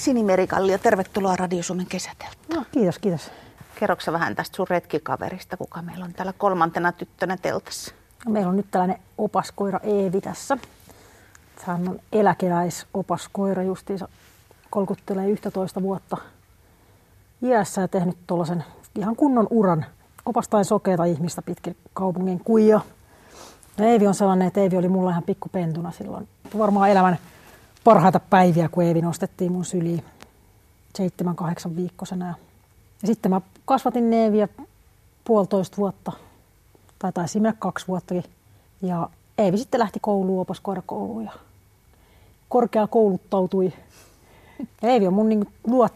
Sini Merikallio, tervetuloa Radio Suomen kesätelttaan. No, kiitos, kiitos. Kerroksä vähän tästä sun retkikaverista, kuka meillä on täällä kolmantena tyttönä teltassa? No, meillä on nyt tällainen opaskoira Eevi tässä. Hän on eläkeläisopaskoira, justiinsa kolkuttelee 11 vuotta iässä ja tehnyt tuollaisen ihan kunnon uran. Opastain sokeata ihmistä pitkin kaupungin kujia. No, Eevi on sellainen, että Eevi oli mulla ihan pikkupentuna silloin. Varmaan elämän parhaita päiviä, kun Eevi nostettiin mun syliin 7-8 viikkosena. Ja sitten mä kasvatin Eeviä 1,5 vuotta, tai taisi mennä 2 vuottakin. Ja Eevi sitten lähti kouluun, opaskoirakouluun ja korkeakouluttautui. Ja Eevi on mun niin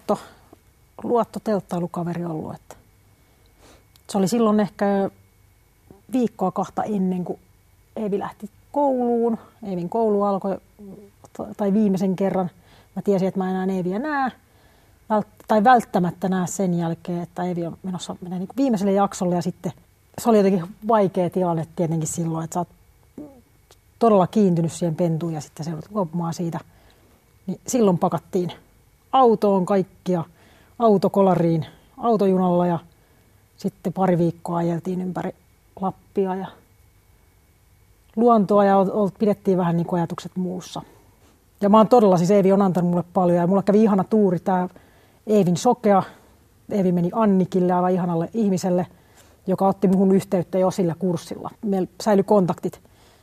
luottotelttailukaveri ollut. Että se oli silloin ehkä 1-2 viikkoa ennen kuin Eevi lähti kouluun. Eevin koulu alkoi, tai viimeisen kerran. Mä tiesin, että mä enää Eeviä näe. Tai välttämättä näe sen jälkeen, että Eevi on menee niin viimeiselle jaksolle. Ja sitten se oli jotenkin vaikea tilanne tietenkin silloin, että sä oot todella kiintynyt siihen pentuun ja sitten se joudut luopumaan siitä. Niin silloin pakattiin autoon kaikkia, autokolariin, autojunalla ja sitten 2 viikkoa ajeltiin ympäri Lappia ja luontoa ja pidettiin vähän niin kuin ajatukset muussa. Ja mä oon todella, siis Eevi on antanut mulle paljon ja mulla kävi ihana tuuri tää Eevin sokea. Eevi meni Annikille, aivan ihanalle ihmiselle, joka otti muhun yhteyttä jo sillä kurssilla. Meillä säilyi kontaktit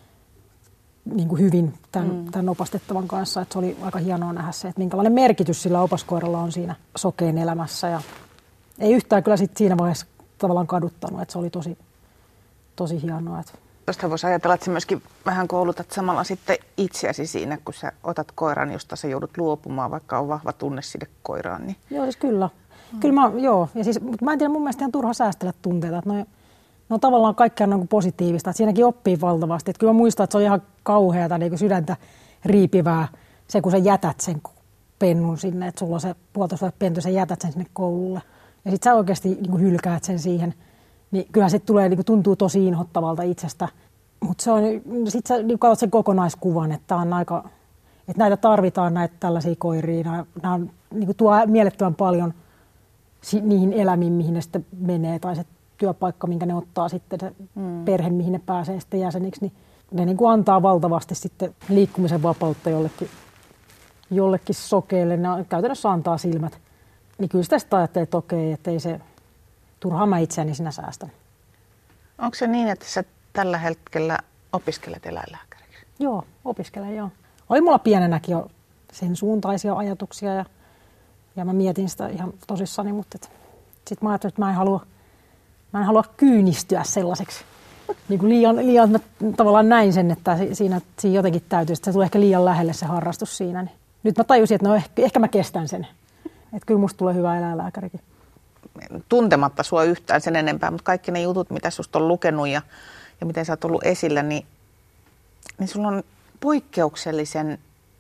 niin kuin hyvin tämän opastettavan kanssa. Että se oli aika hienoa nähdä se, että minkälainen merkitys sillä opaskoiralla on siinä sokeen elämässä. Ja ei yhtään kyllä siinä vaiheessa tavallaan kaduttanut, että se oli tosi hienoa. Tuosta voisi ajatella, että sä myöskin vähän koulutat samalla sitten itseäsi siinä, kun sä otat koiran, josta sä joudut luopumaan, vaikka on vahva tunneside koiraan. Niin. Joo, siis kyllä. Ja siis, mutta mä en tiedä, mun mielestä ihan turha säästellä tunteita. Että ne on tavallaan kaikkea niin positiivista. Että siinäkin oppii valtavasti. Että kyllä mä muistan, että se on ihan kauheata niin sydäntä riipivää se, kun sä jätät sen pennun sinne. Että sulla on se 1,5 vuotta pentu, sä jätät sen sinne koululle. Ja sit sä oikeasti niin hylkäät sen siihen. Niin kyllä se tulee, niin tuntuu tosi inhottavalta itsestä. Mutta sitten sä niin katsot sen kokonaiskuvan, että on aika, että näitä tarvitaan, näitä tällaisia koiria. Nämä on, niin tuo mielettömän paljon niihin elämiin, mihin ne sitten menee, tai se työpaikka, minkä ne ottaa sitten, se perhe, mihin ne pääsee sitten jäseniksi, niin ne niin kuin antaa valtavasti sitten liikkumisen vapautta jollekin sokeelle. Ne käytännössä antaa silmät. Niin kyllä sitä sitten ajattelee, että okei, että ei se, turhaan mä itseäni sinä säästän. Onko se niin, että sä tällä hetkellä opiskelet eläinlääkäriksi? Joo, opiskelen joo. Oli mulla pienenäkin jo sen suuntaisia ajatuksia ja mä mietin sitä ihan tosissani, mutta sitten mä ajattelin, että mä en halua kyynistyä sellaiseksi. Niin kuin liian mä tavallaan näin sen, että siinä jotenkin täytyy, että se tulee ehkä liian lähelle se harrastus siinä. Niin nyt mä tajusin, että no ehkä mä kestän sen. Että kyllä musta tulee hyvä eläinlääkärikin. Tuntematta sua yhtään sen enempää, mutta kaikki ne jutut, mitä susta on lukenut ja miten sä oot ollut esillä, niin sulla on poikkeuksellisen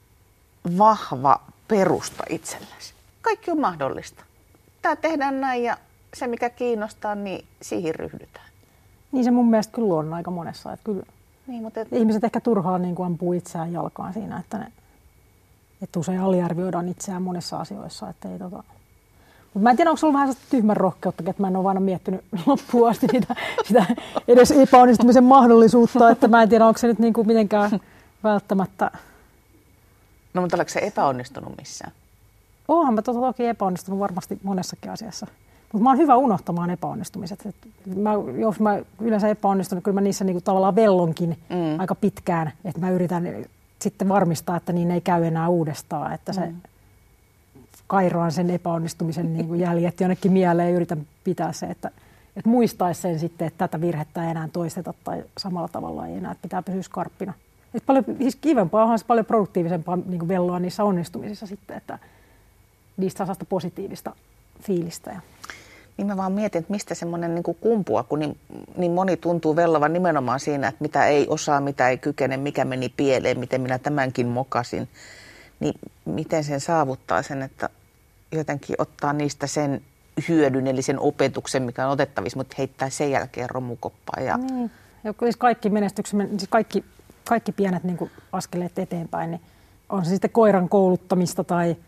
vahva perusta itsellesi. Kaikki on mahdollista. Tää tehdään näin ja se, mikä kiinnostaa, niin siihen ryhdytään. Niin se mun mielestä kyllä on aika monessa. Että kyllä niin, mutta ihmiset ehkä turhaan niin kuin ampuu itseään jalkaan siinä, että usein aliarvioidaan itseään monessa asioissa. Että ei, Mutta mä en tiedä, onko se ollut vähän tyhmän rohkeutta, että mä en ole aina miettinyt loppuun asti sitä edes epäonnistumisen mahdollisuutta. Että mä en tiedä, onko se nyt niin kuin mitenkään välttämättä. No, mutta oletko se epäonnistunut missään? Oonhan mä toki epäonnistunut varmasti monessakin asiassa. Mutta mä oon hyvä unohtamaan epäonnistumiset. Jos mä yleensä epäonnistun, kyllä mä niissä niinku tavallaan vellonkin aika pitkään. Että mä yritän sitten varmistaa, että niin ei käy enää uudestaan. Että se kairoan sen epäonnistumisen niinku jäljet jonnekin mieleen ja yritän pitää se, että muistaisi sen sitten, että tätä virhettä ei enää toisteta tai samalla tavalla ei enää, että pitää pysyä skarppina. Siis kivempaa onhan se paljon produktiivisempaa niin velloa niissä onnistumisissa sitten, että niistä saa sitä positiivista fiilistä. Niin mä vaan mietin, että mistä semmoinen niin kuin kumpuaa, kun niin moni tuntuu vellovan nimenomaan siinä, että mitä ei osaa, mitä ei kykene, mikä meni pieleen, miten minä tämänkin mokasin. Niin miten sen saavuttaa sen, että jotenkin ottaa niistä sen hyödyn, eli sen opetuksen, mikä on otettavissa, mutta heittää sen jälkeen romukoppaan. Niin. Ja siis kaikki menestyksen, siis kaikki pienet niin kuin askeleet eteenpäin, niin on se sitten koiran kouluttamista tai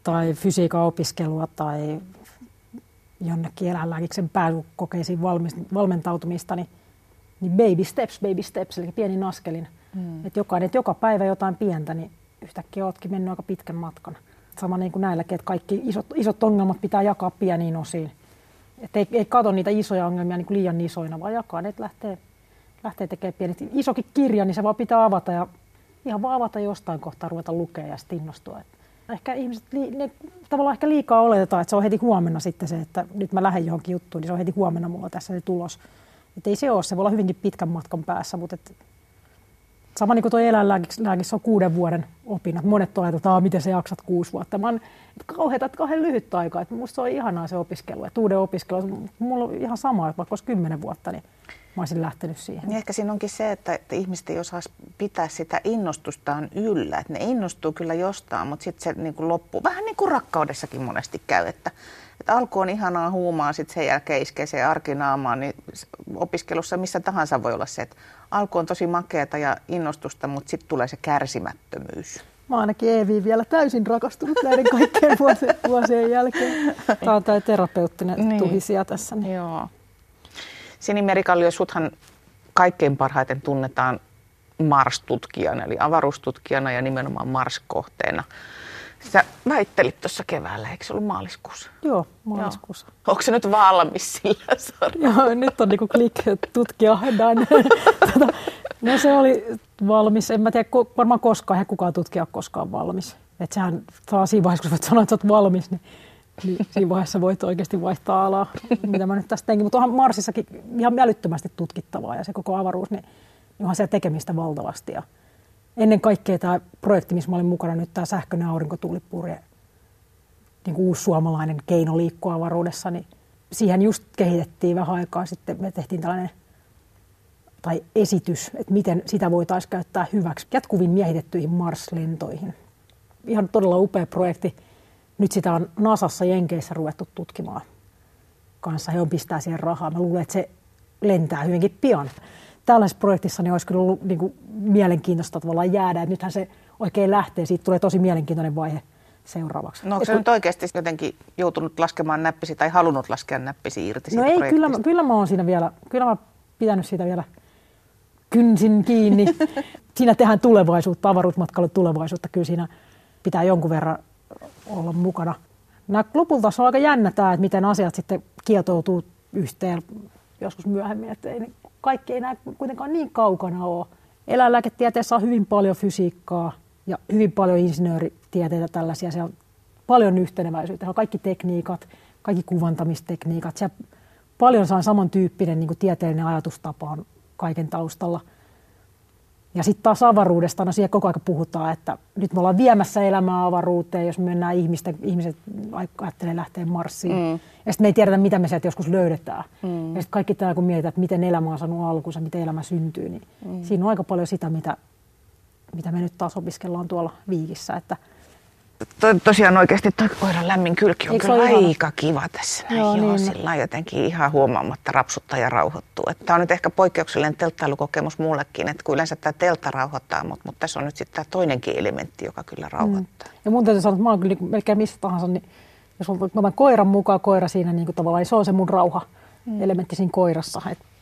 tai fysiikan opiskelua tai jonnekin eläinlääkiksen pääsykokeisiin valmentautumista, niin baby steps, eli pienin askelin. Että joka päivä jotain pientä, niin yhtäkkiä oletkin mennyt aika pitkän matkan. Sama niin kuin näilläkin, että kaikki isot ongelmat pitää jakaa pieniin osiin. Että ei katso niitä isoja ongelmia niin kuin liian isoina, vaan jakaa ne, että lähtee tekemään pienet. Isokin kirja, niin se vaan pitää avata ja ihan vaan avata jostain kohtaa ruveta lukemaan ja sitten innostua. Ehkä ihmiset tavallaan ehkä liikaa oletetaan, että se on heti huomenna sitten se, että nyt mä lähden johonkin juttuun, niin se on heti huomenna mulla tässä se tulos. Että ei se ole, se voi olla hyvinkin pitkän matkan päässä, mutta sama niin kuin tuo eläinlääkissä on 6 vuoden opinnot. Monet on, että miten sä jaksat 6 vuotta. Mä oon kauhean lyhyt aika. Musta se on ihanaa se opiskelu. Että uuden opiskelu, mulla on ihan sama, että vaikka olisi 10 vuotta, niin mä olisin lähtenyt siihen. Ehkä siinä onkin se, että ihmiset ei osaa pitää sitä innostustaan yllä. Että ne innostuu kyllä jostain, mutta sitten se niin kuin loppuu. Vähän niin kuin rakkaudessakin monesti käy, että alku on ihanaa huumaa, sitten sen jälkeen iskee se arkinaamaan, niin opiskelussa missä tahansa voi olla se, että alku on tosi makeata ja innostusta, mutta sitten tulee se kärsimättömyys. Mä oon ainakin Eeviin vielä täysin rakastunut näiden kaikkien vuosien jälkeen. Tämä on tämä terapeuttinen tuhisia tässä. Niin. Joo. Sini Merikallio, suthan kaikkein parhaiten tunnetaan Mars-tutkijana, eli avaruustutkijana ja nimenomaan Mars-kohteena. Sä väittelit tuossa keväällä, eikö se ollut maaliskuussa? Joo, maaliskuussa. Joo. Onko se nyt valmis sillä sarjalla? Joo, nyt on niinku tutkija done. No se oli valmis. En mä tiedä, varmaan koskaan, eihän kukaan tutkija ole koskaan valmis. Että sehän saa siinä vaiheessa, kun voit sanoa, että sä oot valmis, niin siinä vaiheessa voit oikeasti vaihtaa alaa, mitä mä nyt tästä teinkin. Mutta onhan Marsissakin ihan älyttömästi tutkittavaa ja se koko avaruus, niin onhan siellä tekemistä valtavasti. Ja ennen kaikkea tämä projekti, missä mä olin mukana nyt, tämä sähköinen aurinkotuulipurje, niin kuin uusi suomalainen keino liikkua avaruudessa, niin siihen just kehitettiin vähän aikaa sitten. Me tehtiin tällainen esitys, että miten sitä voitaisiin käyttää hyväksi jatkuviin miehitettyihin Mars-lentoihin. Ihan todella upea projekti. Nyt sitä on NASAssa Jenkeissä ruvettu tutkimaan kanssa. He on pistää siihen rahaa. Mä luulen, että se lentää hyvinkin pian. Tällaisessa projektissa niin olisi kyllä ollut niin kuin mielenkiintoista tavallaan jäädä. Että nythän se oikein lähtee. Siitä tulee tosi mielenkiintoinen vaihe seuraavaksi. No onko se nyt oikeasti jotenkin joutunut laskemaan näppisi tai halunnut laskea näppisi irti siitä projektista? No ei, kyllä mä oon siinä vielä. Kyllä mä oon pitänyt siitä vielä kynsin kiinni. Siinä tehdään tulevaisuutta, avaruusmatkailun tulevaisuutta. Kyllä siinä pitää jonkun verran olla mukana. Lopulta se on aika jännä tämä, että miten asiat sitten kietoutuu yhteen joskus myöhemmin. Että kaikki ei kuitenkaan niin kaukana ole. Eläinlääketieteessä on hyvin paljon fysiikkaa ja hyvin paljon insinööritieteitä tällaisia. Siellä on paljon yhteneväisyyttä. Siellä on kaikki tekniikat, kaikki kuvantamistekniikat. Siellä paljon saa samantyyppinen niin kuin tieteellinen ajatustapa on kaiken taustalla. Ja sitten taas avaruudesta, no siellä koko ajan puhutaan, että nyt me ollaan viemässä elämää avaruuteen, jos me mennään ihmiset ajattelee lähteä Marsiin. Ja sitten me ei tiedetä, mitä me sieltä joskus löydetään. Ja sitten kaikki tämä, kun mietitään, että miten elämä on saanut alkunsa, miten elämä syntyy, niin siinä on aika paljon sitä, mitä me nyt taas opiskellaan tuolla Viikissä. Että tosiaan oikeasti tuo koiran lämmin kylki on eikö kyllä aika kiva tässä. Joo, niin. Sillä on jotenkin ihan huomaamatta rapsuttaa ja rauhoittuu. Tämä on nyt ehkä poikkeuksellinen telttailukokemus mullekin, että kun yleensä tämä teltta rauhoittaa, mutta tässä on nyt sitten tämä toinenkin elementti, joka kyllä rauhoittaa. Ja mun täytyy sanoa, että mä oon kyllä melkein missä tahansa, niin jos mä otan koiran mukaan, koira siinä niin kuin tavallaan, se on se mun rauha-elementti siinä koirassa.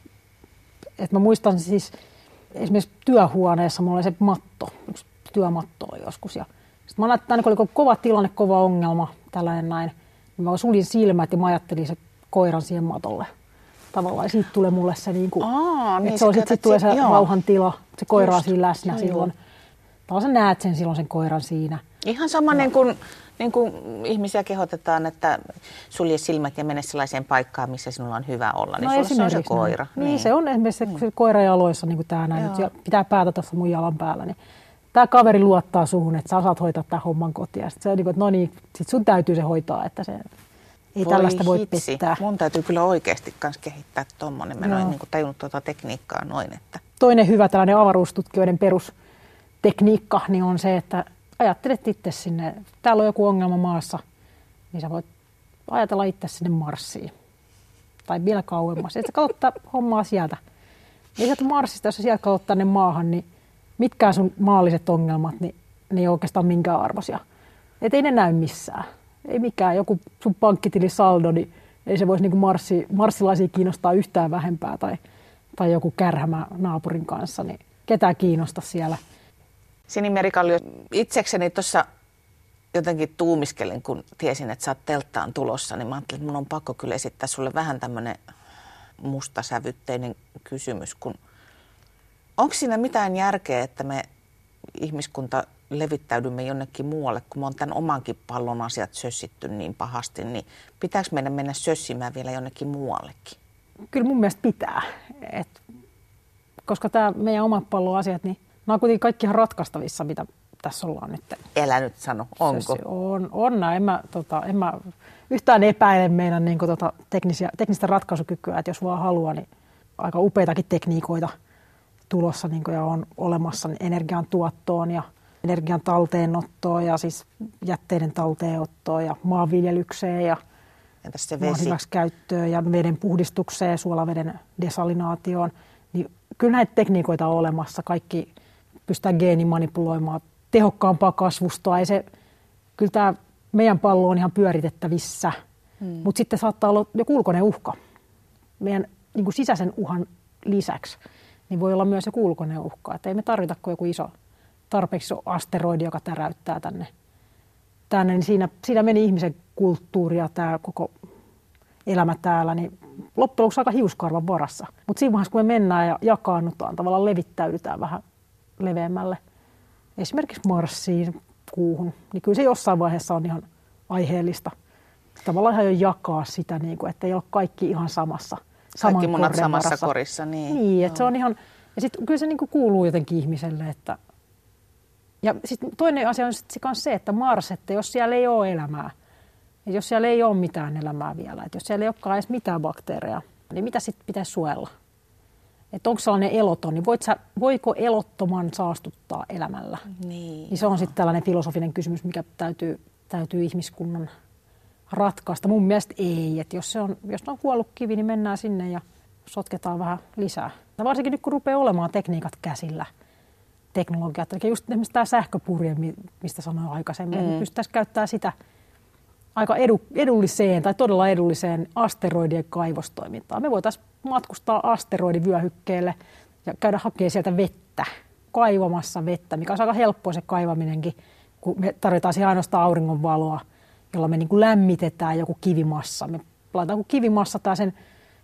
Et mä muistan siis esimerkiksi työhuoneessa, mulla oli se matto, yksi työmatto oli joskus. Ja sitten mä ajattelin, että kun oli kova tilanne, kova ongelma, tällainen näin, niin mä suljin silmät ja mä ajattelin se koiran siihen matolle. Tavallaan ja siitä tulee mulle se, niin kuin, että sitten tulee se rauhan tila, se koira on siinä läsnä silloin. Tai sä näet sen silloin sen koiran siinä. Ihan sama niin kuin ihmisiä kehotetaan, että sulje silmät ja mene sellaiseen paikkaan, missä sinulla on hyvä olla. Niin se on se koira. Niin, se on esimerkiksi se koira jaloissa, niin kuin tämä näin. Nyt pitää päätä tuossa mun jalan päällä. Niin tämä kaveri luottaa suhun, että sä osaat hoitaa tämän homman kotiin. Ja sitten se on niin kuin, että no niin, sit sun täytyy se hoitaa, että se ei tällaista voi pettää. Mun täytyy kyllä oikeasti myös kehittää tommonen. Mä en ole niin kuin tajunnut tuota tekniikkaa noin. Että toinen hyvä tällainen avaruustutkijoiden perustekniikka niin on se, että ajattelet itse sinne, täällä on joku ongelma maassa, niin sä voit ajatella itse sinne Marsiin. Tai vielä kauemmas. Että sä katsot hommaa sieltä. Ja sieltä Marsista, jos sä sieltä katsot tänne maahan, niin mitkään sun maalliset ongelmat, niin ne ei oikeastaan minkään arvoisia. Että ei ne näy missään. ei mikään, joku sun pankkitilisaldo, niin ei se voisi niin kuin marssilaisia kiinnostaa yhtään vähempää tai joku kärhämä naapurin kanssa, niin ketään kiinnosta siellä. Sini-Meri Kallio, itsekseni tuossa jotenkin tuumiskelin, kun tiesin, että sä oot telttaan tulossa, niin mä ajattelin, että mun on pakko kyllä esittää sulle vähän tämmöinen mustasävytteinen kysymys, kun onko siinä mitään järkeä, että me ihmiskunta levittäydymme jonnekin muualle, kun me on tämän omankin pallon asiat sössitty niin pahasti, niin pitääkö meidän mennä sössimään vielä jonnekin muuallekin? Kyllä mun mielestä pitää, koska tämä meidän oman pallon asiat, niin nämä on kuitenkin kaikki ihan ratkaistavissa, mitä tässä ollaan nyt. Älä nyt sano, onko? On. En mä yhtään epäile meidän niin teknistä ratkaisukykyä, että jos vaan haluaa, niin aika upeitakin tekniikoita tulossa niin ja on olemassa niin energian tuottoon ja energian talteenottoon ja siis jätteiden talteenottoon ja maanviljelykseen ja maan hyväksikäyttöön ja veden puhdistukseen ja suolaveden desalinaatioon. Niin kyllä näitä tekniikoita on olemassa. Kaikki pystytään geenimanipuloimaan tehokkaampaa kasvustoa. Kyllä tämä meidän pallo on ihan pyöritettävissä, mutta sitten saattaa olla joku ulkoinen uhka. Meidän niin kuin sisäisen uhan lisäksi niin voi olla myös joku ulkoinen uhka. Että ei me tarvita kuin joku iso tarpeeksi iso asteroidi, joka täräyttää tänne. Niin siinä meni ihmisen kulttuuri ja tämä koko elämä täällä, niin loppujen lopuksi aika hiuskarvan varassa. Mutta siinä vaiheessa, kun me mennään ja jakaannutaan, tavallaan levittäydytään vähän leveämmälle, esimerkiksi Marsiin, Kuuhun, niin kyllä se jossain vaiheessa on ihan aiheellista. Tavallaan ihan jo jakaa sitä, että ei ole kaikki ihan samassa. Kaikki munat samassa korissa. Niin, että se on ihan, ja sitten kyllä se kuuluu jotenkin ihmiselle, että ja sitten toinen asia on sitten se, että Mars, että jos siellä ei ole elämää, että jos siellä ei ole mitään elämää vielä, että jos siellä ei olekaan edes mitään bakteereja, niin mitä sitten pitäisi suojella? Että onko sellainen eloton, niin voiko elottoman saastuttaa elämällä? Niin se on sitten tällainen filosofinen kysymys, mikä täytyy ihmiskunnan ratkaista. Mun mielestä ei, että jos on kuollut kivi, niin mennään sinne ja sotketaan vähän lisää. Ja varsinkin nyt kun rupeaa olemaan tekniikat käsillä, teknologiat, eli just esimerkiksi tämä sähköpurje, mistä sanoin aikaisemmin, että pystyttäisiin käyttämään sitä aika edulliseen tai todella edulliseen asteroidien kaivostoimintaan. Me voitaisiin matkustaa asteroidivyöhykkeelle ja käydä hakemaan sieltä vettä, kaivamassa vettä, mikä on aika helppoa se kaivaminenkin, kun me tarvitaan siihen ainoastaan auringonvaloa, jolla me niin kuin lämmitetään joku kivimassa. Me laitetaan kivimassa tai sen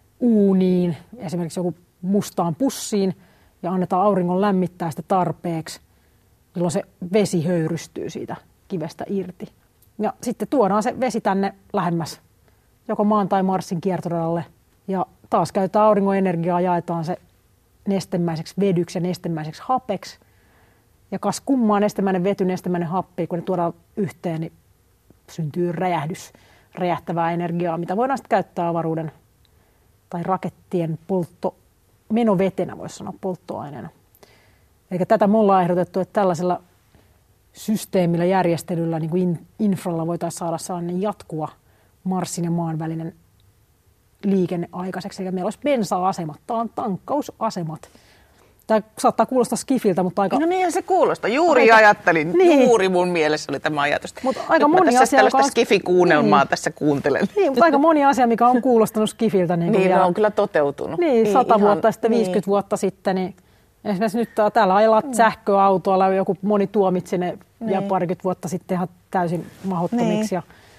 uuniin, esimerkiksi joku mustaan pussiin, ja annetaan auringon lämmittää sitä tarpeeksi, jolloin se vesi höyrystyy siitä kivestä irti. Ja sitten tuodaan se vesi tänne lähemmäs, joko maan tai Marsin kiertoradalle, ja taas käytetään auringon energiaa, jaetaan se nestemäiseksi vedyksi ja nestemäiseksi hapeksi. Ja kas kummaa nestemäinen vety, nestemäinen happi, kun ne tuodaan yhteen, niin syntyy räjähtävää energiaa, mitä voidaan sitten käyttää avaruuden tai rakettien menovetenä, voisi sanoa polttoaineena. Eli tätä me ollaan ehdotettu, että tällaisella systeemillä, järjestelyllä, niin kuin infralla voitaisiin saada sellainen jatkuva Marsin ja maan välinen liikenne aikaiseksi. Eli meillä olisi bensa-asemat, tankkausasemat. Tämä saattaa kuulostaa skifiltä, mutta aika... No niinhän se kuulostaa. Ajattelin, juuri mun mielessä oli tämä ajatus. Mutta aika moni asia, tällaista skifikuunnelmaa tässä kuuntelen. Niin, mutta aika moni asia, mikä on kuulostanut skifiltä. Niin on kyllä toteutunut. Niin, 100 vuotta sitten, 50 vuotta sitten. Niin esimerkiksi nyt täällä ajellaan sähköautoilla, moni tuomitsi ne ja parikymmentä vuotta sitten ihan täysin mahdottomiksi.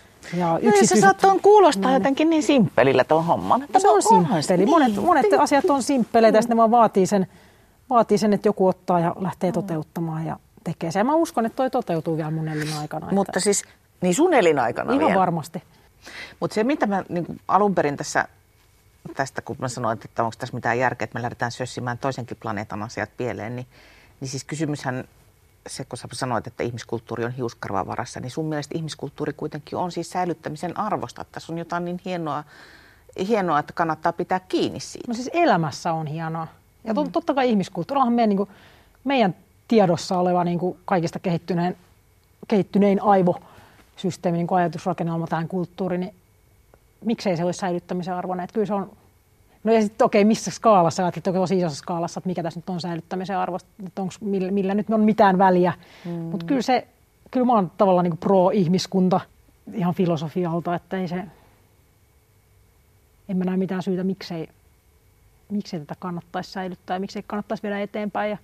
Ja se saattaa kuulostaa jotenkin niin simppelillä tuon homman. Se on simppeli. Monet asiat on simppeleitä ja sitten ne vaan vaatii sen, että joku ottaa ja lähtee toteuttamaan ja tekee sen. Ja mä uskon, että toi toteutuu vielä mun elinaikana. Mutta siis, niin sun elinaikana ihan vielä? Varmasti. Mutta se, mitä mä niin alun perin tästä, kun mä sanoin, että onko tässä mitään järkeä, että me lähdetään sössimään toisenkin planeetan asiat pieleen, niin siis kysymyshän, se kun sä sanoit, että ihmiskulttuuri on hiuskarvan varassa, niin sun mielestä ihmiskulttuuri kuitenkin on siis säilyttämisen arvosta. Että tässä on jotain niin hienoa, että kannattaa pitää kiinni siitä. No siis elämässä on hienoa. Ja totta kai ihmiskulttuuri on meidän tiedossa oleva kaikista kehittynein aivosysteemi, niin ajatusrakennelma tähän kulttuuriin, niin miksei se olisi säilyttämisen arvoinen. Että kyllä se on, no ja sitten okei, missä skaalassa, ajattelet, että tosi isossa skaalassa, että mikä tässä nyt on säilyttämisen arvosta, että millä nyt on mitään väliä. Mutta kyllä mä oon tavallaan pro-ihmiskunta ihan filosofialta, että en mä näe mitään syytä, miksei tätä kannattaisi säilyttää ja miksei kannattaisi viedä eteenpäin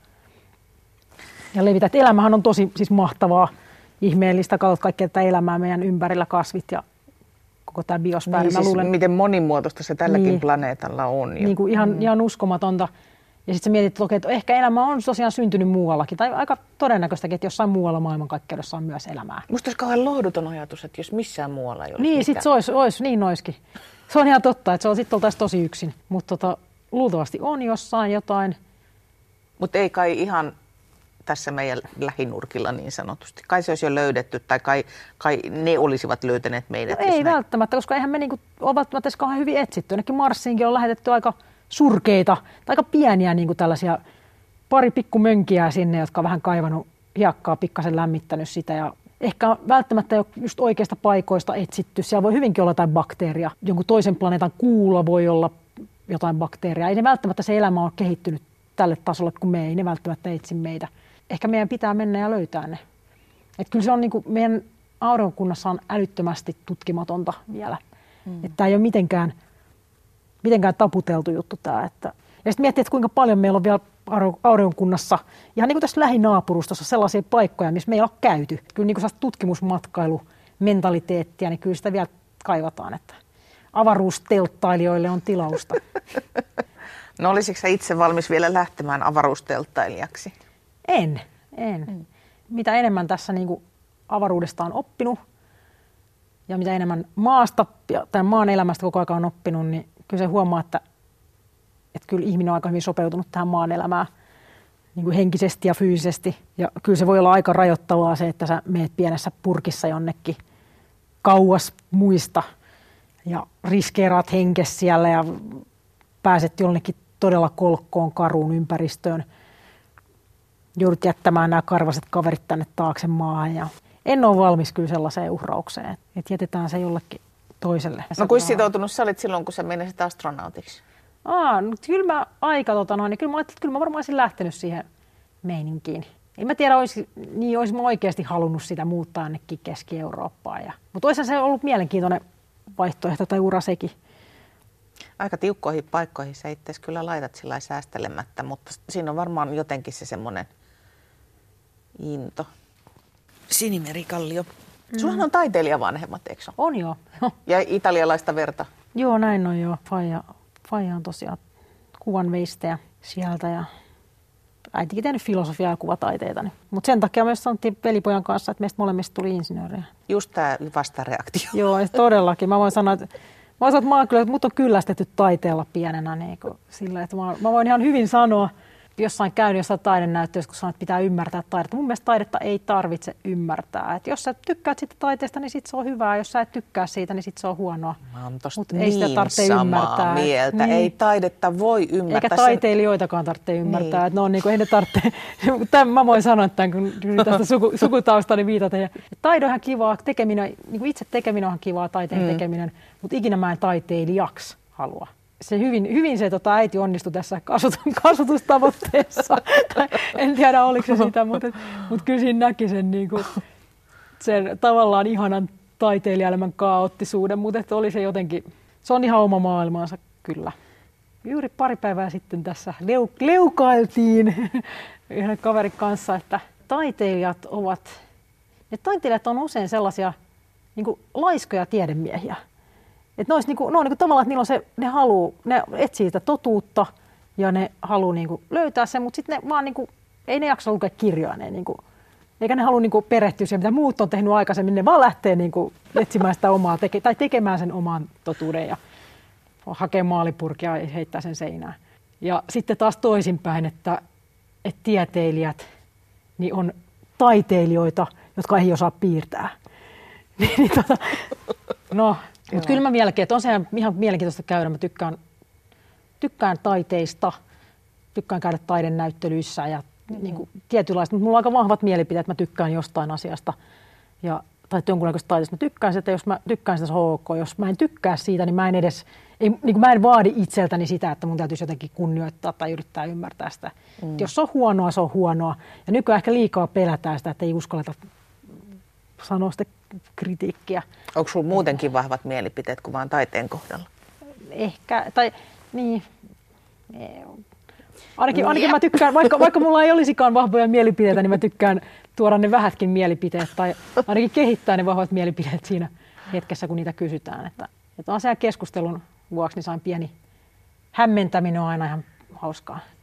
ja levitä. Et elämähän on tosi siis mahtavaa, ihmeellistä, katsot kaikkea tätä elämää meidän ympärillä, kasvit ja koko tämä biosfääri. Niin, siis miten monimuotoista se tälläkin planeetalla on. Niin kuin ihan uskomatonta. Ja sitten sä mietit, että ehkä elämä on tosiaan syntynyt muuallakin. Tai aika todennäköistäkin, että jossain muualla maailmankaikkeudessa on myös elämää. Musta olisi kauhean lohduton ajatus, että jos missään muualla ei olisi niin, mitään. Niin, sitten niin olisikin. Se on ihan totta, että sitten oltaisiin tosi yksin. Mutta luultavasti on jossain jotain. Mutta ei kai ihan tässä meidän lähinurkilla niin sanotusti. Kai se olisi jo löydetty tai kai ne olisivat löytäneet meidät. No ei välttämättä, koska eihän me ole välttämättä kauhean hyvin etsitty. Ainakin Marsiinkin on lähetetty aika surkeita, aika pieniä tällaisia pari pikkumönkiä sinne, jotka on vähän kaivannut hiekkaa, pikkasen lämmittänyt sitä ja ehkä välttämättä ei ole just oikeista paikoista etsitty. Siellä voi hyvinkin olla jotain bakteeria. Jonkun toisen planeetan kuulla voi olla jotain bakteeria. Ei ne välttämättä se elämä ole kehittynyt tälle tasolle, kun me ei ne välttämättä etsi meitä. Ehkä meidän pitää mennä ja löytää ne. Että kyllä se on meidän aurinkokunnassa on älyttömästi tutkimatonta vielä. Että tämä ei ole mitenkään taputeltu juttu tämä. Ja sitten miettii, että kuinka paljon meillä on vielä aurinkokunnassa, ihan niin kuin tässä lähinaapurustossa sellaisia paikkoja, missä me ei ole käyty. Kyllä niin kuin tutkimusmatkailumentaliteettia, niin kyllä sitä vielä kaivataan, että avaruustelttailijoille on tilausta. No olisitko sä itse valmis vielä lähtemään avaruustelttailijaksi? En. Mitä enemmän tässä niin kuin avaruudesta on oppinut ja mitä enemmän maasta tai maan elämästä koko ajan on oppinut, niin kyllä se huomaa, että kyllä ihminen on aika hyvin sopeutunut tähän maan elämään niin kuin henkisesti ja fyysisesti. Ja kyllä se voi olla aika rajoittavaa se, että sä meet pienessä purkissa jonnekin kauas muista ja riskeeraat henkes siellä ja pääset jonnekin todella kolkkoon, karuun ympäristöön. Joudut jättämään nämä karvaset kaverit tänne taakse maahan ja en ole valmis kyllä sellaiseen uhraukseen, että jätetään se jollekin toiselle. No kuinka sitoutunut sä olit silloin, kun sä menisit astronautiksi? No, kyllä mä kyllä mä ajattelin, että kyllä mä varmaan olisin lähtenyt siihen meininkiin. En mä tiedä, olisin mä oikeasti halunnut sitä muuttaa ainakin Keski-Eurooppaan. Mutta olisihan se ollut mielenkiintoinen vaihtoehto tai ura sekin. Aika tiukkoihin paikkoihin sä itse kyllä laitat sillä säästelemättä, mutta siinä on varmaan jotenkin se semmoinen into. Sinimeri Kallio. Sullahan on taiteilijavanhemmat, eikö ole? On joo. Ja italialaista verta. Joo, näin on joo. Faija on tosiaan kuvanveistejä sieltä ja äitikin tehnyt filosofiaa ja kuvataiteita. Mutta sen takia myös sanottiin velipojan kanssa, että meistä molemmista tuli insinöörejä. Just tämä vastareaktio. Joo, todellakin. Mä voin sanoa, että mut on kyllästetty taiteella pienenä. Niin sillä, että mä voin ihan hyvin sanoa, jossain käynyt jossain taidenäyttössä, kun sanoit, että pitää ymmärtää taidetta. Mun mielestä taidetta ei tarvitse ymmärtää. Et jos sä tykkäät siitä taiteesta, niin sit se on hyvää. Jos sä et tykkää siitä, niin sit se on huonoa. Mä oon tosta ei sitä tarvitse ymmärtää. Mieltä. Niin. Ei taidetta voi ymmärtää. Eikä taiteilijoitakaan tarvitse ymmärtää. Niin. Että ne on mä voin sanoa tämän, kun tästä sukutaustani viitaten. Taide on ihan kivaa. Tekeminen, niin itse tekeminen on ihan kivaa, taiteen tekeminen. Mutta ikinä mä en taiteilijaksi halua. Se hyvin se äiti onnistui tässä kasvatustavoitteessa. En tiedä, oliko se sitä, mutta kyllä siinä näki sen tavallaan ihanan taiteilijaelämän kaoottisuuden, mutta oli se jotenkin, se on ihan oma maailmansa kyllä. Juuri pari päivää sitten tässä leukailtiin yhden kaverin kanssa, että taiteilijat on usein sellaisia laiskoja tiedemiehiä. Että ne on tavallaan, että niillä on ne etsii sitä totuutta ja ne haluaa löytää sen, mutta sitten ne vaan ei ne jaksa lukea kirjoja. Eikä ne halua perehtyä siihen, mitä muut on tehnyt aikaisemmin. Ne vaan lähtee etsimään sitä omaa, tai tekemään sen oman totuuden ja hakee maalipurkia ja heittää sen seinään. Ja sitten taas toisinpäin, että tieteilijät niin on taiteilijoita, jotka ei osaa piirtää. Mutta kyllä mä vieläkin, että on se ihan mielenkiintoista käydä. Mä tykkään taiteista, tykkään käydä taidenäyttelyissä ja tietynlaista. Mutta mulla on aika vahvat mielipiteet, että mä tykkään jostain asiasta tai jonkunlaista taiteesta. Mä tykkään sitä, jos mä tykkään sitä, se on ok. Jos mä en tykkää siitä, niin mä en vaadi itseltäni sitä, että mun täytyisi jotenkin kunnioittaa tai yrittää ymmärtää sitä. Jos se on huonoa, se on huonoa. Ja nykyään ehkä liikaa pelätään sitä, että ei uskalleta sanoa sitä kritiikkiä. Onko sulla muutenkin vahvat mielipiteet kuin vaan taiteen kohdalla? Ehkä, tai niin. Ainakin mä tykkään, vaikka mulla ei olisikaan vahvoja mielipiteitä, niin mä tykkään tuoda ne vähätkin mielipiteet tai ainakin kehittää ne vahvat mielipiteet siinä hetkessä, kun niitä kysytään. Että asian keskustelun vuoksi niin sain pieni hämmentäminen on aina ihan hauskaa.